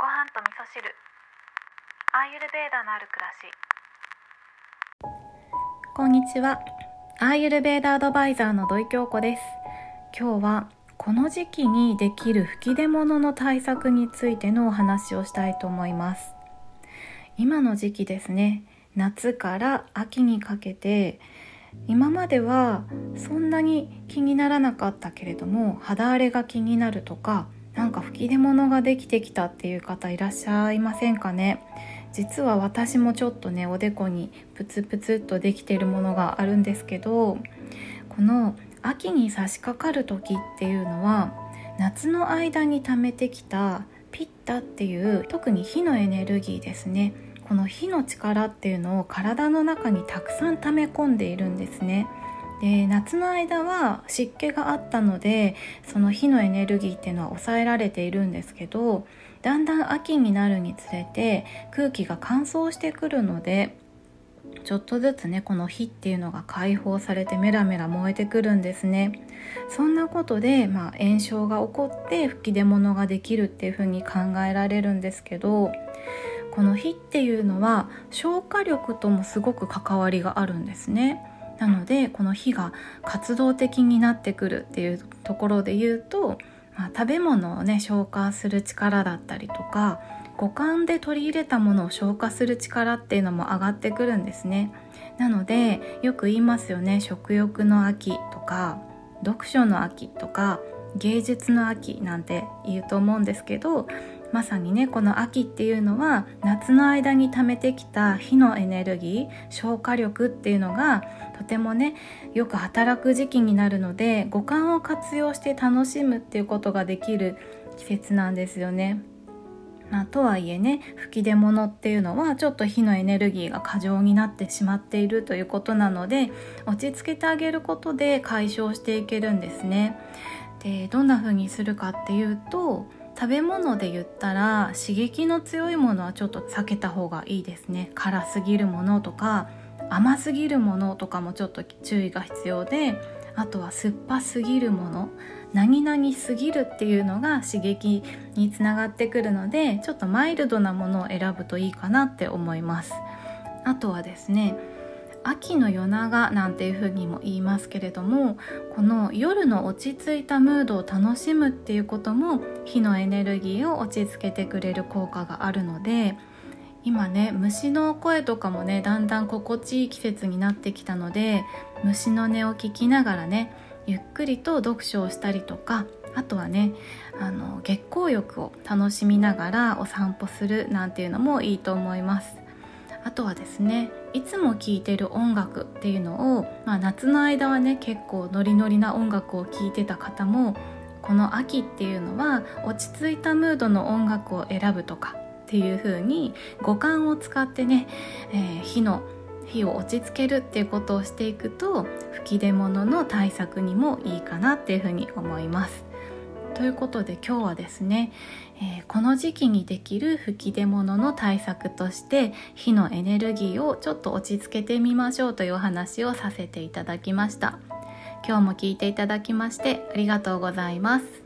ご飯と味噌汁、アーユルベーダのある暮らし。こんにちは。アーユルベーダアドバイザーの土井京子です。今日はこの時期にできる吹き出物の対策についてのお話をしたいと思います。今の時期ですね、夏から秋にかけて、今まではそんなに気にならなかったけれども、肌荒れが気になるとか、なんか吹き出物ができてきたっていう方いらっしゃいませんかね。実は私もちょっとね、おでこにプツプツっとできているものがあるんですけど、この秋に差し掛かる時っていうのは、夏の間に溜めてきたピッタっていう特に火のエネルギーですね。この火の力っていうのを体の中にたくさん溜め込んでいるんですね。で、夏の間は湿気があったので、その火のエネルギーっていうのは抑えられているんですけど、だんだん秋になるにつれて空気が乾燥してくるので、ちょっとずつね、この火っていうのが解放されてメラメラ燃えてくるんですね。そんなことで、炎症が起こって吹き出物ができるっていうふうに考えられるんですけど、この火っていうのは消化力ともすごく関わりがあるんですね。なのでこの火が活動的になってくるっていうところで言うと、食べ物をね消化する力だったりとか、五感で取り入れたものを消化する力っていうのも上がってくるんですね。なのでよく言いますよね、食欲の秋とか読書の秋とか芸術の秋なんて言うと思うんですけど、まさにね、この秋っていうのは夏の間に溜めてきた火のエネルギー、消化力っていうのがとてもねよく働く時期になるので、五感を活用して楽しむっていうことができる季節なんですよね。とはいえね、吹き出物っていうのはちょっと火のエネルギーが過剰になってしまっているということなので、落ち着けてあげることで解消していけるんですね。で、どんな風にするかっていうと、食べ物で言ったら刺激の強いものはちょっと避けた方がいいですね。辛すぎるものとか甘すぎるものとかもちょっと注意が必要で、あとは酸っぱすぎるもの、何々すぎるっていうのが刺激につながってくるので、ちょっとマイルドなものを選ぶといいかなって思います。あとはですね、秋の夜長なんていう風にも言いますけれども、この夜の落ち着いたムードを楽しむっていうことも火のエネルギーを落ち着けてくれる効果があるので、今ね、虫の声とかもねだんだん心地いい季節になってきたので、虫の音を聞きながらねゆっくりと読書をしたりとか、あとはね月光浴を楽しみながらお散歩するなんていうのもいいと思います。あとはですね、いつも聴いてる音楽っていうのを、夏の間はね結構ノリノリな音楽を聴いてた方も、この秋っていうのは落ち着いたムードの音楽を選ぶとかっていう風に五感を使ってね、火を落ち着けるっていうことをしていくと、吹き出物の対策にもいいかなっていう風に思います。ということで今日はですね、この時期にできる吹き出物の対策として火のエネルギーをちょっと落ち着けてみましょうというお話をさせていただきました。今日も聞いていただきましてありがとうございます。